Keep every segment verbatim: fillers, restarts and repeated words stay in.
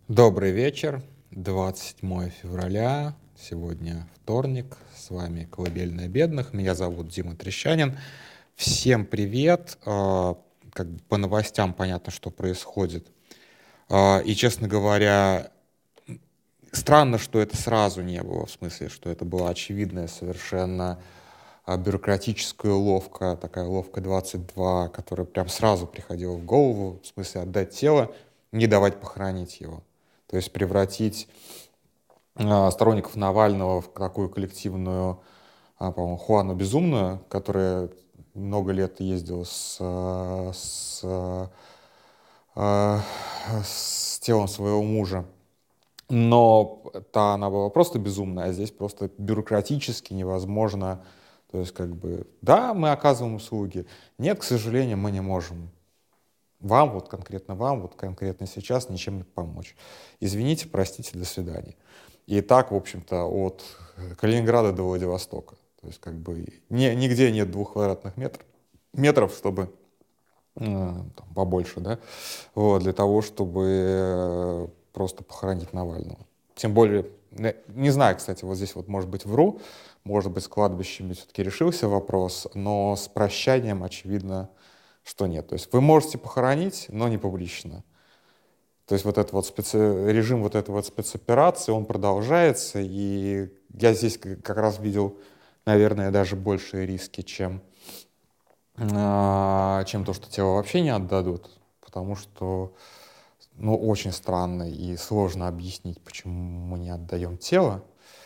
Добрый вечер, двадцать седьмое февраля, сегодня вторник, с вами «Колыбельная бедных», меня зовут Дима Трещанин. Всем привет, А, как бы по новостям понятно, что происходит. А, И, честно говоря, странно, что это сразу не было, в смысле, что это была очевидная совершенно а, бюрократическая уловка, такая уловка двадцать два, которая прям сразу приходила в голову, в смысле отдать тело, не давать похоронить его. То есть превратить а, сторонников Навального в такую коллективную, а, по-моему, Хуану Безумную, которая много лет ездила с, а, с, а, с телом своего мужа. Но та она была просто безумная, а здесь просто бюрократически невозможно. То есть, как бы, да, мы оказываем услуги. Нет, к сожалению, мы не можем вам, вот конкретно вам, вот конкретно сейчас ничем не помочь. Извините, простите, до свидания. И так, в общем-то, от Калининграда до Владивостока. То есть, как бы, ни, нигде нет двух квадратных метр, метров, чтобы э, там, побольше, да, вот, для того, чтобы э, просто похоронить Навального. Тем более, не, не знаю, кстати, вот здесь вот, может быть, вру, может быть, с кладбищами все-таки решился вопрос, но с прощанием, очевидно, что нет. То есть вы можете похоронить, но не публично. То есть вот этот вот специ... режим вот этой вот спецоперации, он продолжается, и я здесь как раз видел, наверное, даже большие риски, чем, а, чем то, что тело вообще не отдадут, потому что, ну, очень странно и сложно объяснить, почему мы не отдаем тело.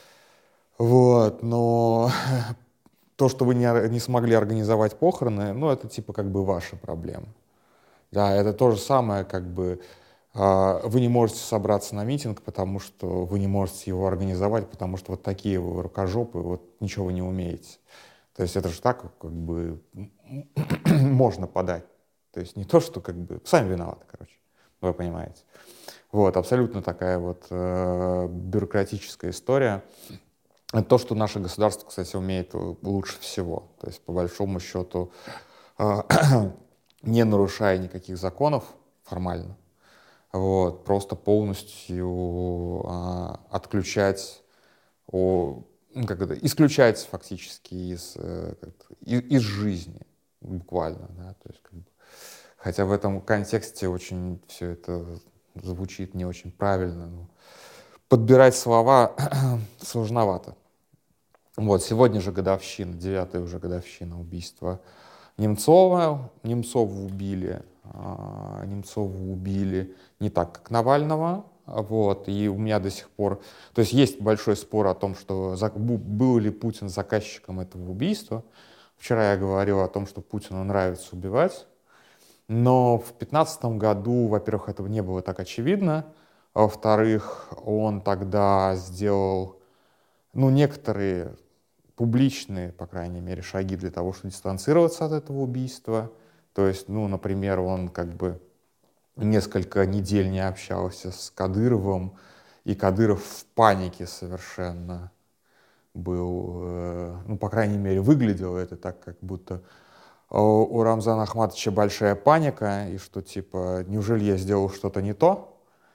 Вот, но то, что вы не, не смогли организовать похороны, ну, это типа как бы ваши проблемы. Да, это то же самое, как бы а, вы не можете собраться на митинг, потому что вы не можете его организовать, потому что вот такие вы рукожопы, вот ничего вы не умеете. То есть это же так, как бы можно подать. То есть не то, что как бы сами виноваты, короче, вы понимаете. Вот, абсолютно такая вот э, бюрократическая история. Это то, что наше государство, кстати, умеет лучше всего. То есть, по большому счету, э, не нарушая никаких законов формально, вот, просто полностью а, отключать, о, ну, как это, исключать фактически из, э, из, из жизни, буквально, да, то есть, как бы, хотя в этом контексте очень все это звучит не очень правильно, но подбирать слова сложновато. Вот, сегодня же годовщина, девятая уже годовщина убийства Немцова. Немцова убили, а, Немцова убили не так, как Навального. Вот, и у меня до сих пор... То есть есть большой спор о том, что за, был ли Путин заказчиком этого убийства. Вчера я говорил о том, что Путину нравится убивать. Но в две тысячи пятнадцатом году, во-первых, этого не было так очевидно. А во-вторых, он тогда сделал, ну, некоторые публичные, по крайней мере, шаги для того, чтобы дистанцироваться от этого убийства. То есть, ну, например, он как бы несколько недель не общался с Кадыровым, и Кадыров в панике совершенно был, э, ну, по крайней мере, выглядело это так, как будто у Рамзана Ахматовича большая паника, и что, типа, неужели я сделал что-то не то?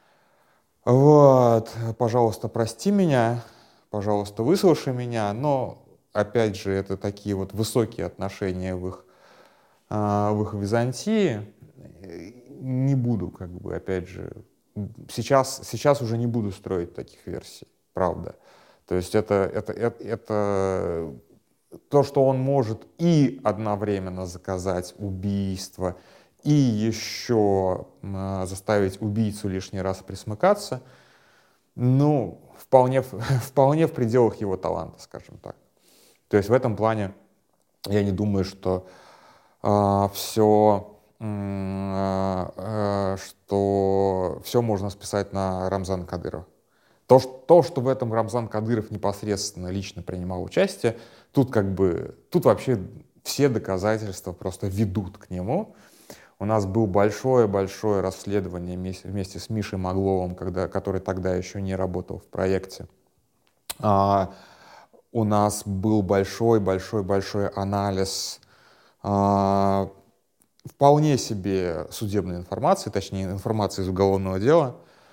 Вот, пожалуйста, прости меня, пожалуйста, выслушай меня, но, опять же, это такие вот высокие отношения в их, а, в их Византии. Не буду, как бы, опять же, сейчас, сейчас уже не буду строить таких версий, правда. То есть это, это, это, это то, что он может и одновременно заказать убийство, и еще э, заставить убийцу лишний раз присмыкаться, ну, вполне, вполне в пределах его таланта, скажем так. То есть в этом плане я не думаю, что э, все, э, э, что все можно списать на Рамзана Кадырова. То что, то, что в этом Рамзан Кадыров непосредственно лично принимал участие, тут как бы, тут вообще все доказательства просто ведут к нему. У нас было большое-большое расследование вместе, вместе с Мишей Магловым, когда, который тогда еще не работал в проекте. А, у нас был большой-большой-большой анализ а, вполне себе судебной информации, точнее информации из уголовного дела,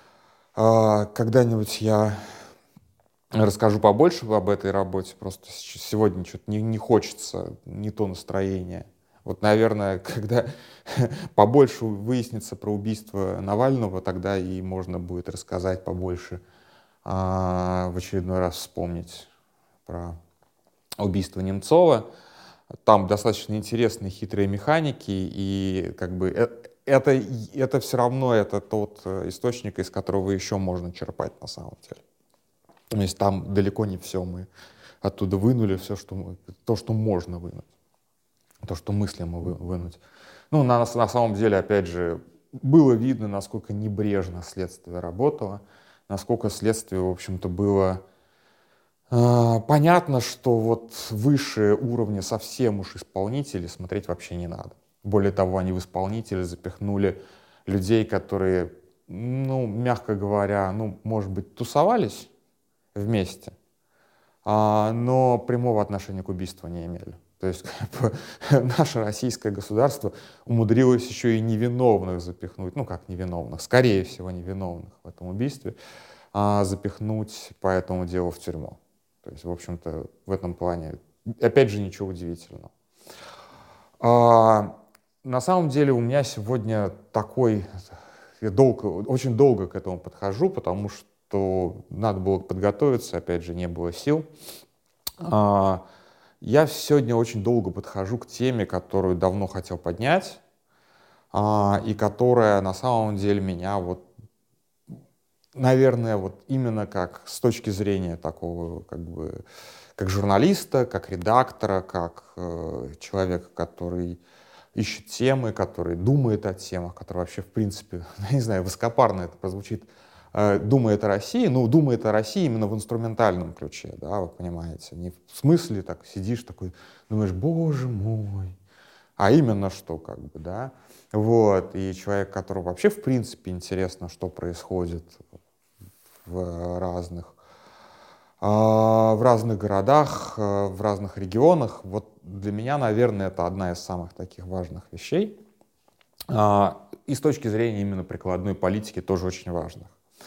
Когда-нибудь я расскажу побольше об этой работе, просто сегодня что-то не, не хочется, не то настроение. Вот, наверное, когда побольше выяснится про убийство Навального, тогда и можно будет рассказать побольше, а, в очередной раз вспомнить про убийство Немцова. Там достаточно интересные хитрые механики, и как бы это, это все равно это тот источник, из которого еще можно черпать на самом деле. То есть там далеко не все мы оттуда вынули, все, что мы, то, что можно вынуть, то, что мыслимо вы, вынуть. Ну, на, на самом деле, опять же, было видно, насколько небрежно следствие работало, насколько следствие, в общем-то, было э, понятно, что вот выше уровня совсем уж исполнителей смотреть вообще не надо. Более того, они в исполнители запихнули людей, которые, ну, мягко говоря, ну, может быть, тусовались вместе, а, но прямого отношения к убийству не имели. То есть как бы, наше российское государство умудрилось еще и невиновных запихнуть, ну как невиновных, скорее всего невиновных в этом убийстве, а, запихнуть по этому делу в тюрьму. То есть, в общем-то, в этом плане, опять же, ничего удивительного. А, на самом деле у меня сегодня такой, я долго, очень долго к этому подхожу, потому что то надо было подготовиться, опять же, не было сил. А, я сегодня очень долго подхожу к теме, которую давно хотел поднять, а, и которая на самом деле меня вот, наверное, вот именно как с точки зрения такого, как бы, как журналиста, как редактора, как э, человека, который ищет темы, который думает о темах, который вообще, в принципе, я не знаю, высокопарно это прозвучит, думает о России, ну, думает о России именно в инструментальном ключе, да, вы понимаете, не в смысле так сидишь такой, думаешь, боже мой, а именно что, как бы, да, вот, и человек, которому вообще, в принципе, интересно, что происходит в разных, в разных городах, в разных регионах, вот для меня, наверное, это одна из самых таких важных вещей, и с точки зрения именно прикладной политики тоже очень важных.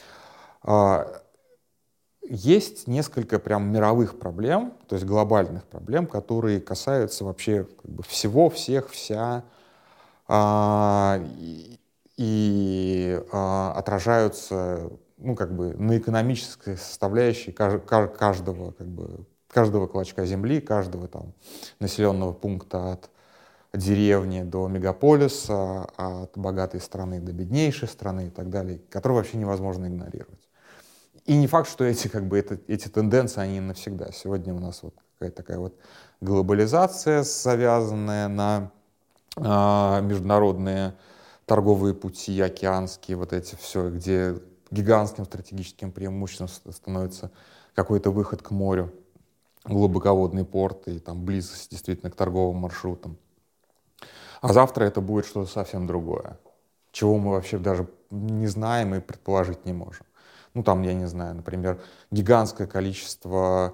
Есть несколько прям мировых проблем, то есть глобальных проблем, которые касаются вообще как бы всего, всех, вся, а, и, и а, отражаются, ну, как бы на экономической составляющей каждого, как бы, каждого клочка земли, каждого там населенного пункта от деревни до мегаполиса, от богатой страны до беднейшей страны и так далее, которые вообще невозможно игнорировать. И не факт, что эти, как бы, это, эти тенденции, они навсегда. Сегодня у нас вот какая-то такая вот глобализация, завязанная на а, международные торговые пути, океанские, вот эти все, где гигантским стратегическим преимуществом становится какой-то выход к морю, глубоководный порт и там близость действительно к торговым маршрутам. А завтра это будет что-то совсем другое, чего мы вообще даже не знаем и предположить не можем. Ну, там, я не знаю, например, гигантское количество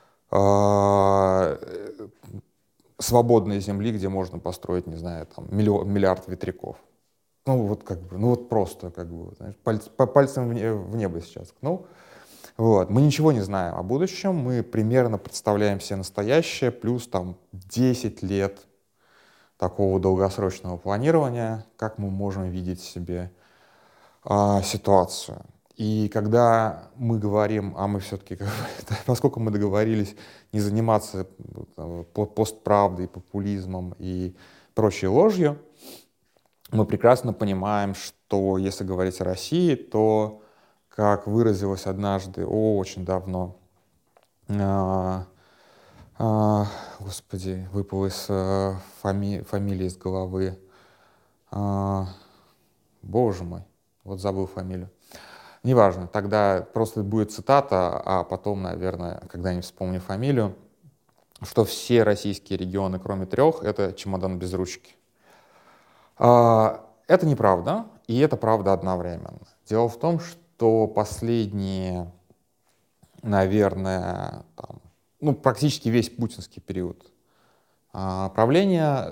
э, свободной земли, где можно построить, не знаю, там, миллион, миллиард ветряков. Ну, вот как бы, ну, вот просто, как бы, знаешь, пальц, по пальцем в, не, в небо сейчас ткнул. Вот. Мы ничего не знаем о будущем, мы примерно представляем себе настоящее, плюс там десять лет такого долгосрочного планирования, как мы можем видеть себе э, ситуацию. И когда мы говорим, а мы все-таки, поскольку мы договорились не заниматься постправдой, популизмом и прочей ложью, мы прекрасно понимаем, что если говорить о России, то, как выразилась однажды, о, очень давно, а, а, господи, выпал из а, фами, фамилии из головы, а, боже мой, вот забыл фамилию. Неважно, тогда просто будет цитата, а потом, наверное, когда-нибудь вспомню фамилию, что все российские регионы, кроме трех, это чемодан без ручки. Это неправда, и это правда одновременно. Дело в том, что последние, наверное, там, ну, практически весь путинский период правления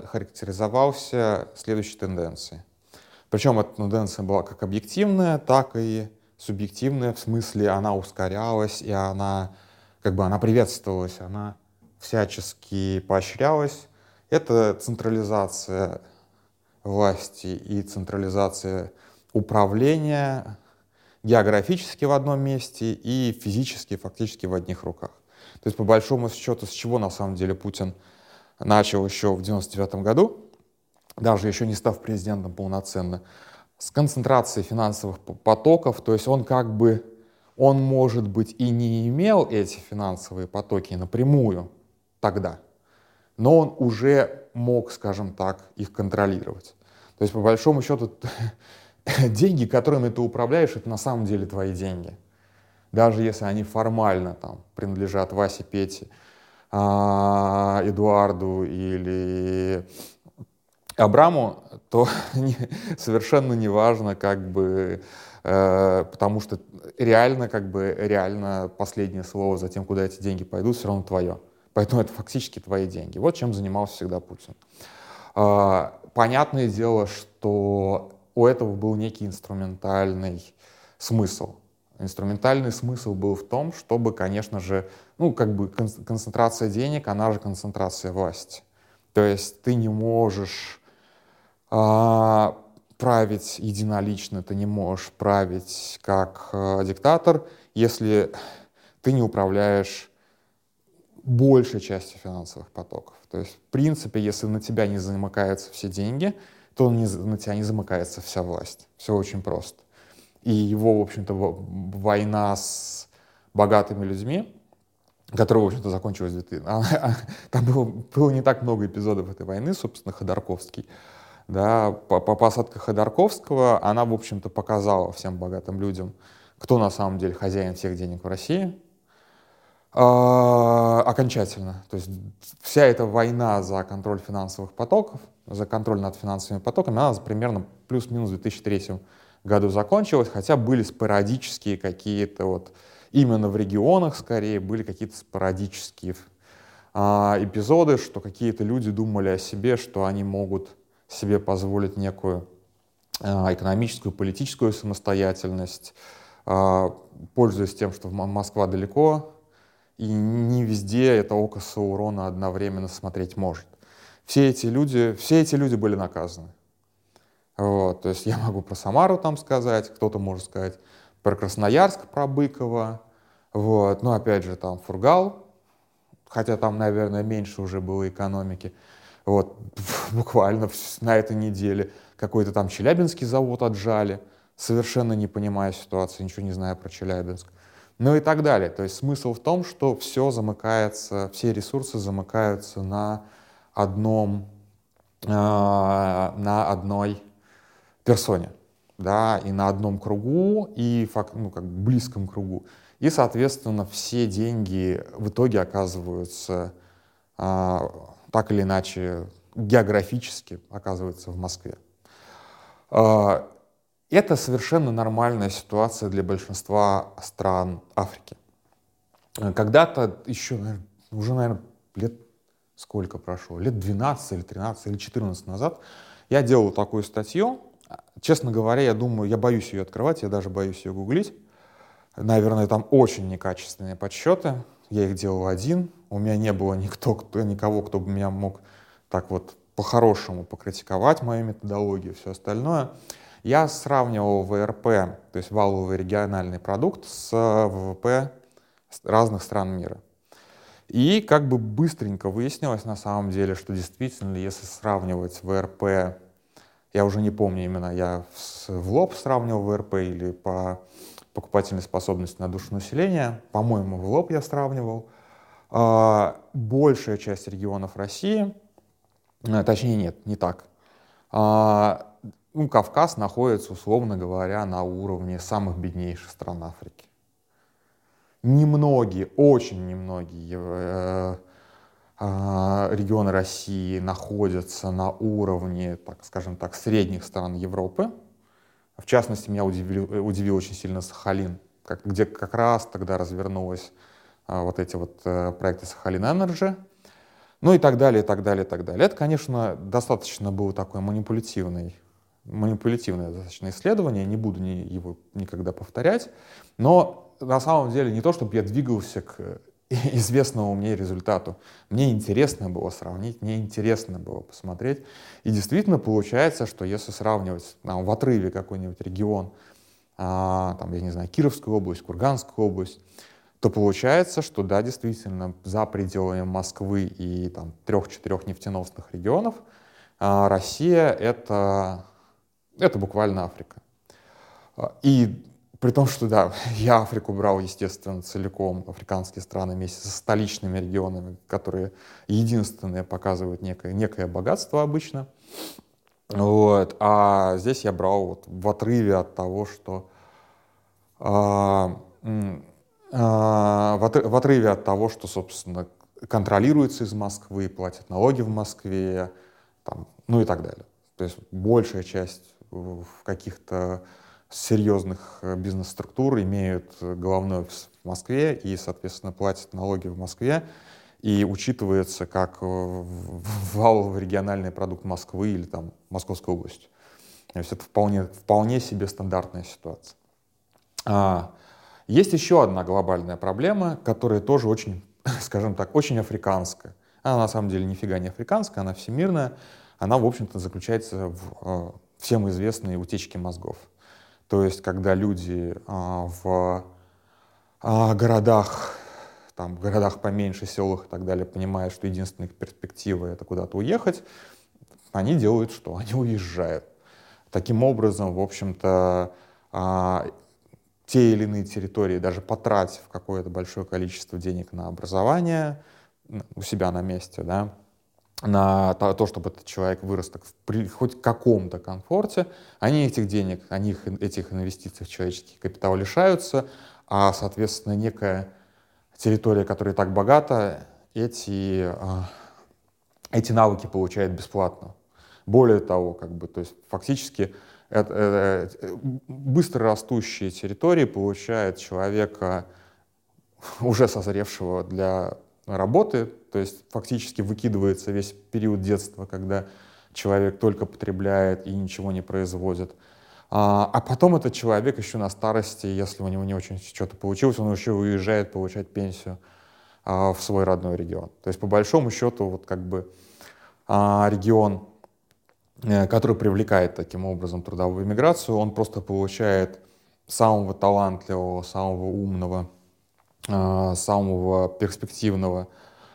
характеризовался следующей тенденцией. Причем эта тенденция была как объективная, так и субъективная, в смысле она ускорялась, и она как бы она приветствовалась, она всячески поощрялась. Это централизация власти и централизация управления географически в одном месте и физически фактически в одних руках. То есть, по большому счету, с чего на самом деле Путин начал еще в девяносто девятом году, даже еще не став президентом полноценно, с концентрации финансовых потоков. То есть он как бы, он, может быть, и не имел эти финансовые потоки напрямую тогда, но он уже мог, скажем так, их контролировать. То есть, по большому счету, деньги, которыми ты управляешь, это на самом деле твои деньги. Даже если они формально там принадлежат Васе, Пете, а, Эдуарду или Абраму, то совершенно не важно, как бы, э, потому что реально, как бы, реально последнее слово за тем, куда эти деньги пойдут, все равно твое. Поэтому это фактически твои деньги. Вот чем занимался всегда Путин. Э, понятное дело, что у этого был некий инструментальный смысл. Инструментальный смысл был в том, чтобы, конечно же, ну, как бы концентрация денег, она же концентрация власти. То есть ты не можешь а, править единолично, ты не можешь править как а, диктатор, если ты не управляешь большей частью финансовых потоков. То есть, в принципе, если на тебя не замыкаются все деньги, то не, на тебя не замыкается вся власть. Все очень просто. И его, в общем-то, война с богатыми людьми, которая, в общем-то, закончилась... Там было, было не так много эпизодов этой войны, собственно, Ходорковский. Да, по, по посадке Ходорковского она, в общем-то, показала всем богатым людям, кто на самом деле хозяин всех денег в России. А, окончательно. То есть вся эта война за контроль финансовых потоков, за контроль над финансовыми потоками, она примерно плюс-минус в две тысячи третьем году закончилась, хотя были спорадические какие-то вот, именно в регионах скорее, были какие-то спорадические а, эпизоды, что какие-то люди думали о себе, что они могут себе позволить некую а, экономическую, политическую самостоятельность, а, пользуясь тем, что Москва далеко, и не везде это око Саурона одновременно смотреть может. Все эти люди, все эти люди были наказаны. Вот, то есть я могу про Самару там сказать, кто-то может сказать про Красноярск, про Быкова, вот, но опять же там Фургал, хотя там, наверное, меньше уже было экономики, вот, буквально на этой неделе какой-то там Челябинский завод отжали, совершенно не понимая ситуации, ничего не зная про Челябинск, ну и так далее. То есть смысл в том, что все замыкается, все ресурсы замыкаются на одном, э, на одной персоне, да, и на одном кругу, и ну, как бы близком кругу. И, соответственно, все деньги в итоге оказываются э, так или иначе географически оказываются в Москве. Э, это совершенно нормальная ситуация для большинства стран Африки. Когда-то еще, наверное, уже, наверное, лет сколько прошло, лет двенадцать или тринадцать или четырнадцать назад я делал такую статью. Честно говоря, я думаю, я боюсь ее открывать, я даже боюсь ее гуглить. Наверное, там очень некачественные подсчеты. Я их делал один. У меня не было никто, кто, никого, кто бы меня мог так вот по-хорошему покритиковать мою методологию и все остальное. Я сравнивал вэ эр пэ, то есть валовый региональный продукт, с вэ вэ пэ разных стран мира. И как бы быстренько выяснилось на самом деле, что действительно, если сравнивать вэ эр пэ, я уже не помню именно, я в лоб сравнивал вэ эр пэ или по покупательной способности на душу населения, по-моему, в лоб я сравнивал, большая часть регионов России, точнее нет, не так, ну, Кавказ находится, условно говоря, на уровне самых беднейших стран Африки. Немногие, очень немногие э, э, регионы России находятся на уровне, так скажем так, средних стран Европы. В частности, меня удивил, удивил очень сильно Сахалин, как, где как раз тогда развернулись э, вот эти вот э, проекты Сахалин Энерджи. Ну и так далее, и так далее, и так далее. Это, конечно, достаточно был такой манипулятивный манипулятивное достаточно исследование, не буду ни, его никогда повторять, но на самом деле не то, чтобы я двигался к известному мне результату. Мне интересно было сравнить, мне интересно было посмотреть. И действительно получается, что если сравнивать там, в отрыве какой-нибудь регион, а, там, я не знаю, Кировскую область, Курганскую область, то получается, что да, действительно, за пределами Москвы и там трех-четырех нефтеносных регионов а, Россия — это, это буквально Африка. И при том, что да, я Африку брал, естественно, целиком, африканские страны вместе со столичными регионами, которые единственные показывают некое, некое богатство обычно. Вот. А здесь я брал вот в отрыве от того, что а, а, в, от, в отрыве от того, что, собственно, контролируется из Москвы, платят налоги в Москве, там, ну и так далее. То есть большая часть в каких-то серьезных бизнес-структур имеют головной офис в Москве и, соответственно, платят налоги в Москве, и учитывается как валовый региональный продукт Москвы или там Московской области. То есть это вполне, вполне себе стандартная ситуация. А, есть еще одна глобальная проблема, которая тоже очень, скажем так, очень африканская. Она на самом деле нифига не африканская, она всемирная. Она, в общем-то, заключается в э, всем известной утечке мозгов. То есть, когда люди а, в а, городах, там, в городах поменьше, селах и так далее, понимают, что единственная перспектива — это куда-то уехать, они делают что? Они уезжают. Таким образом, в общем-то, а, те или иные территории, даже потратив какое-то большое количество денег на образование у себя на месте, да, на то, чтобы этот человек вырос так, при хоть каком-то комфорте, они этих денег, они их, этих инвестиций в человеческий капитал лишаются, а, соответственно, некая территория, которая так богата, эти, эти навыки получает бесплатно. Более того, как бы, то есть фактически это, это, быстро растущие территории получает человека, уже созревшего для работы, то есть фактически выкидывается весь период детства, когда человек только потребляет и ничего не производит. А, а потом этот человек еще на старости, если у него не очень что-то получилось, он еще уезжает получать пенсию а, в свой родной регион. То есть по большому счету вот как бы а, регион, который привлекает таким образом трудовую миграцию, он просто получает самого талантливого, самого умного, самого перспективного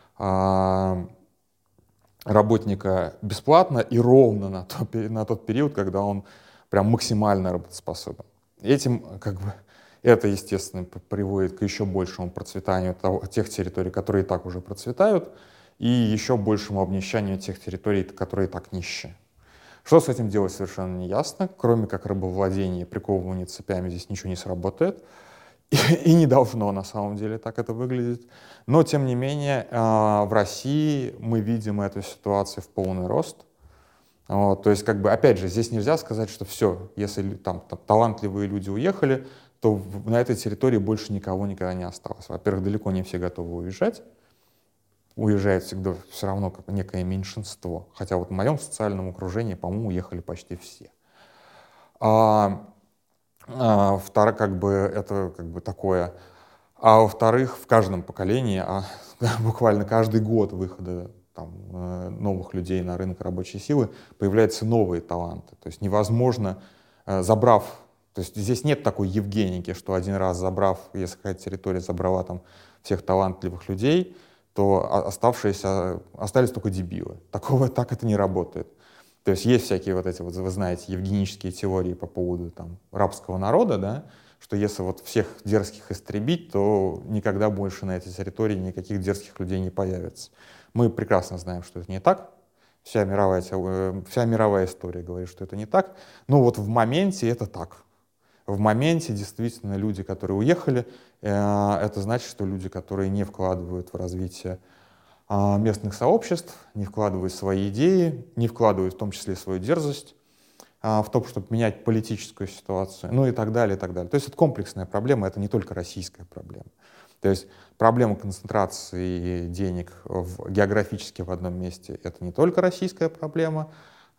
работника бесплатно и ровно на, то, на тот период, когда он прям максимально работоспособен. Этим, как бы, это, естественно, приводит к еще большему процветанию того, тех территорий, которые и так уже процветают, и еще большему обнищанию тех территорий, которые и так нищие. Что с этим делать, совершенно не ясно. Кроме как рабовладения и приковывания цепями здесь ничего не сработает. И не должно на самом деле так это выглядеть. Но, тем не менее, в России мы видим эту ситуацию в полный рост. Вот, то есть, как бы, опять же, здесь нельзя сказать, что все, если там, там талантливые люди уехали, то на этой территории больше никого никогда не осталось. Во-первых, далеко не все готовы уезжать. Уезжает всегда все равно как некое меньшинство. Хотя вот в моем социальном окружении, по-моему, уехали почти все. А, А, второе, как бы, это как бы такое. А во-вторых, в каждом поколении, а, буквально каждый год выхода там, новых людей на рынок рабочей силы, появляются новые таланты. То есть невозможно, забрав, то есть здесь нет такой Евгеники, что один раз забрав, если какая-то территория забрала там всех талантливых людей, то оставшиеся, остались только дебилы. Такого, так это не работает. То есть есть всякие вот эти, вот, вы знаете, евгенические теории по поводу там, рабского народа, да, что если вот всех дерзких истребить, то никогда больше на этой территории никаких дерзких людей не появится. Мы прекрасно знаем, что это не так. Вся мировая, вся мировая история говорит, что это не так. Но вот в моменте это так. В моменте действительно люди, которые уехали, это значит, что люди, которые не вкладывают в развитие местных сообществ, не вкладывают свои идеи, не вкладывают в том числе свою дерзость в то, чтобы менять политическую ситуацию, ну и так далее, и так далее. То есть это комплексная проблема, это не только российская проблема. То есть проблема концентрации денег в, географически в одном месте — это не только российская проблема,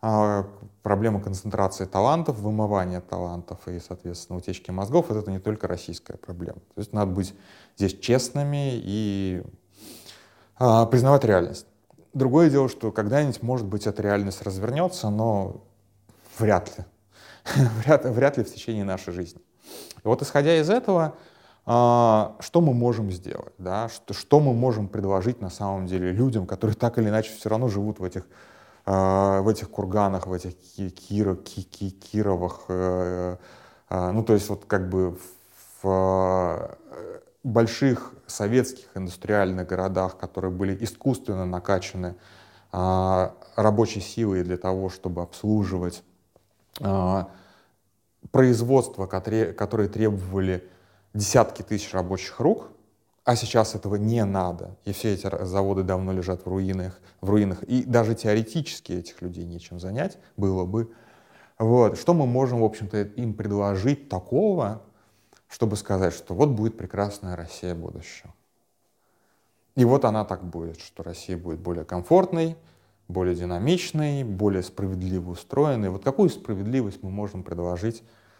проблема концентрации талантов, вымывания талантов и, соответственно, утечки мозгов — это не только российская проблема. То есть надо быть здесь честными и а, признавать реальность. Другое дело, что когда-нибудь, может быть, эта реальность развернется, но вряд ли. вряд, вряд ли в течение нашей жизни. И вот исходя из этого, а, что мы можем сделать? Да? Что, что мы можем предложить на самом деле людям, которые так или иначе все равно живут в этих в этих курганах, в этих Киро, Ки, Ки, Кировах, э, э, ну, то есть вот как бы в э, больших советских индустриальных городах, которые были искусственно накачаны э, рабочей силой для того, чтобы обслуживать э, производства, которые, которые требовали десятки тысяч рабочих рук, а сейчас этого не надо, и все эти заводы давно лежат в руинах, в руинах, и даже теоретически этих людей нечем занять было бы. Вот. Что мы можем, в общем-то, им предложить такого, чтобы сказать, что вот будет прекрасная Россия будущего. И вот она так будет, что Россия будет более комфортной, более динамичной, более справедливо устроенной. Вот какую справедливость мы можем предложить?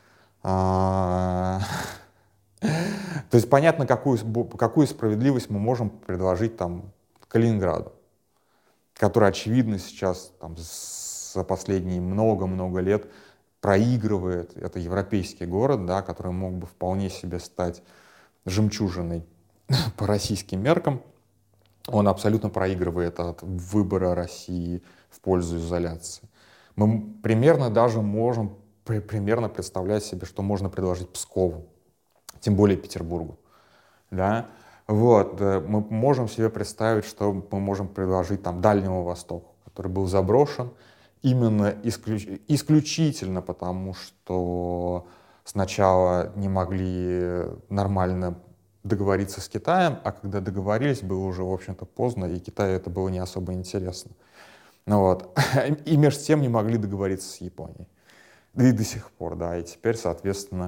То есть понятно, какую, какую справедливость мы можем предложить там Калининграду, который, очевидно, сейчас там, за последние много-много лет проигрывает. Это европейский город, да, который мог бы вполне себе стать жемчужиной по российским меркам. Он абсолютно проигрывает от выбора России в пользу изоляции. Мы примерно даже можем примерно представлять себе, что можно предложить Пскову, тем более Петербургу. Да? Вот. Мы можем себе представить, что мы можем предложить там, Дальнему Востоку, который был заброшен именно исключ... исключительно потому, что сначала не могли нормально договориться с Китаем, а когда договорились, было уже, в общем-то, поздно, и Китаю это было не особо интересно. Ну, вот. И между тем не могли договориться с Японией. Да и до сих пор, да. И теперь, соответственно,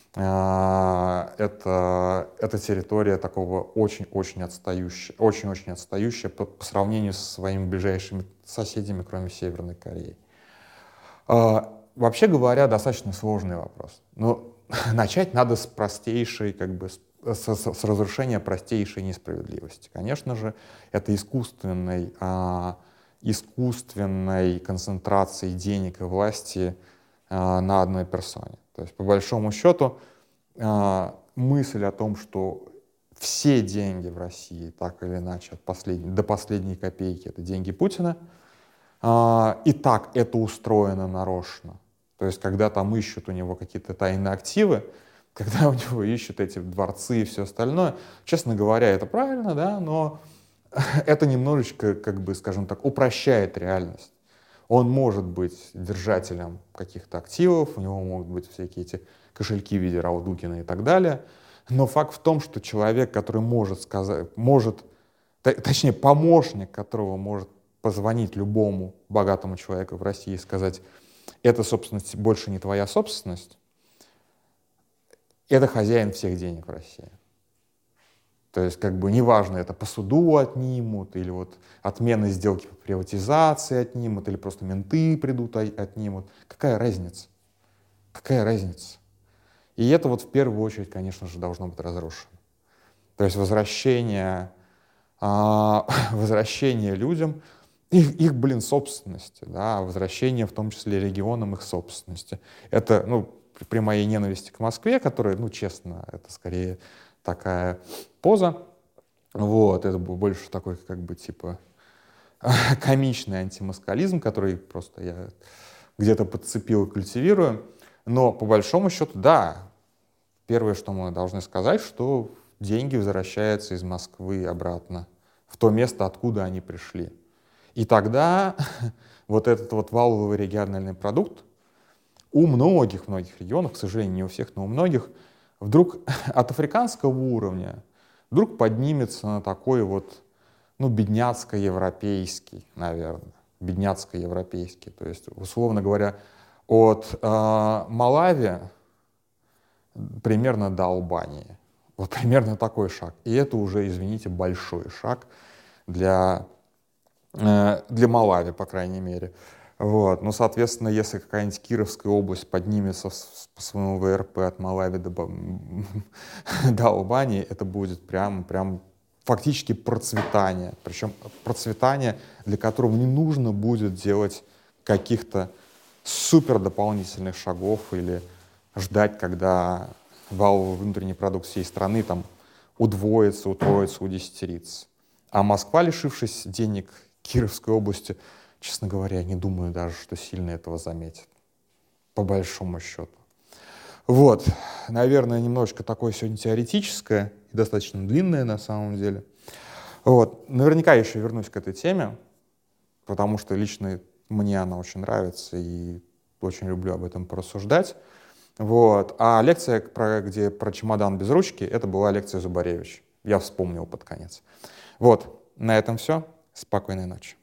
Это, это территория такого очень-очень отстающая, очень-очень отстающая по, по сравнению со своими ближайшими соседями, кроме Северной Кореи. А, вообще говоря, достаточно сложный вопрос. Но начать надо с простейшей, как бы, с, с, с разрушения простейшей несправедливости. Конечно же, это искусственной, а, искусственной концентрации денег и власти а, на одной персоне. То есть, по большому счету, мысль о том, что все деньги в России, так или иначе, от последней, до последней копейки, это деньги Путина, и так это устроено нарочно. То есть, когда там ищут у него какие-то тайные активы, когда у него ищут эти дворцы и все остальное, честно говоря, это правильно, да, но это немножечко, как бы, скажем так, упрощает реальность. Он может быть держателем каких-то активов, у него могут быть всякие эти кошельки в виде Раудукина и так далее. Но факт в том, что человек, который может сказать, может, точнее, помощник, которого может позвонить любому богатому человеку в России и сказать, эта собственность больше не твоя собственность, это хозяин всех денег в России. То есть, как бы, неважно, это по суду отнимут, или вот отмена сделки по приватизации отнимут, или просто менты придут, отнимут. Какая разница? Какая разница? И это вот в первую очередь, конечно же, должно быть разрушено. То есть возвращение, а, возвращение людям их, их, блин, собственности, да, возвращение в том числе регионам их собственности. Это, ну, при моей ненависти к Москве, которая, ну, честно, это скорее такая поза, вот, это был больше такой, как бы, типа, комичный антимоскализм, который просто я где-то подцепил и культивирую, но по большому счету, да, первое, что мы должны сказать, что деньги возвращаются из Москвы обратно в то место, откуда они пришли. И тогда вот этот вот валовый региональный продукт у многих-многих регионов, к сожалению, не у всех, но у многих, вдруг от африканского уровня вдруг поднимется на такой вот, ну, бедняцко-европейский, наверное, бедняцко-европейский. То есть, условно говоря, от э, Малави примерно до Албании. Вот примерно такой шаг. И это уже, извините, большой шаг для, э, для Малави, по крайней мере. Вот. Ну, соответственно, если какая-нибудь Кировская область поднимется с- по своему вэ эр пэ от Малави до, Ба- до Албании, это будет прям, прям фактически процветание. Причем процветание, для которого не нужно будет делать каких-то супер дополнительных шагов или ждать, когда валовый внутренний продукт всей страны там удвоится, утроится, удесятерится. А Москва, лишившись денег Кировской области, честно говоря, не думаю даже, что сильно этого заметит, по большому счету. Вот, наверное, немножечко такое сегодня теоретическое и достаточно длинное на самом деле. Вот, наверняка еще вернусь к этой теме, потому что лично мне она очень нравится и очень люблю об этом порассуждать. Вот. А лекция, про, где про чемодан без ручки, это была лекция Зубаревич. Я вспомнил под конец. Вот, на этом все. Спокойной ночи.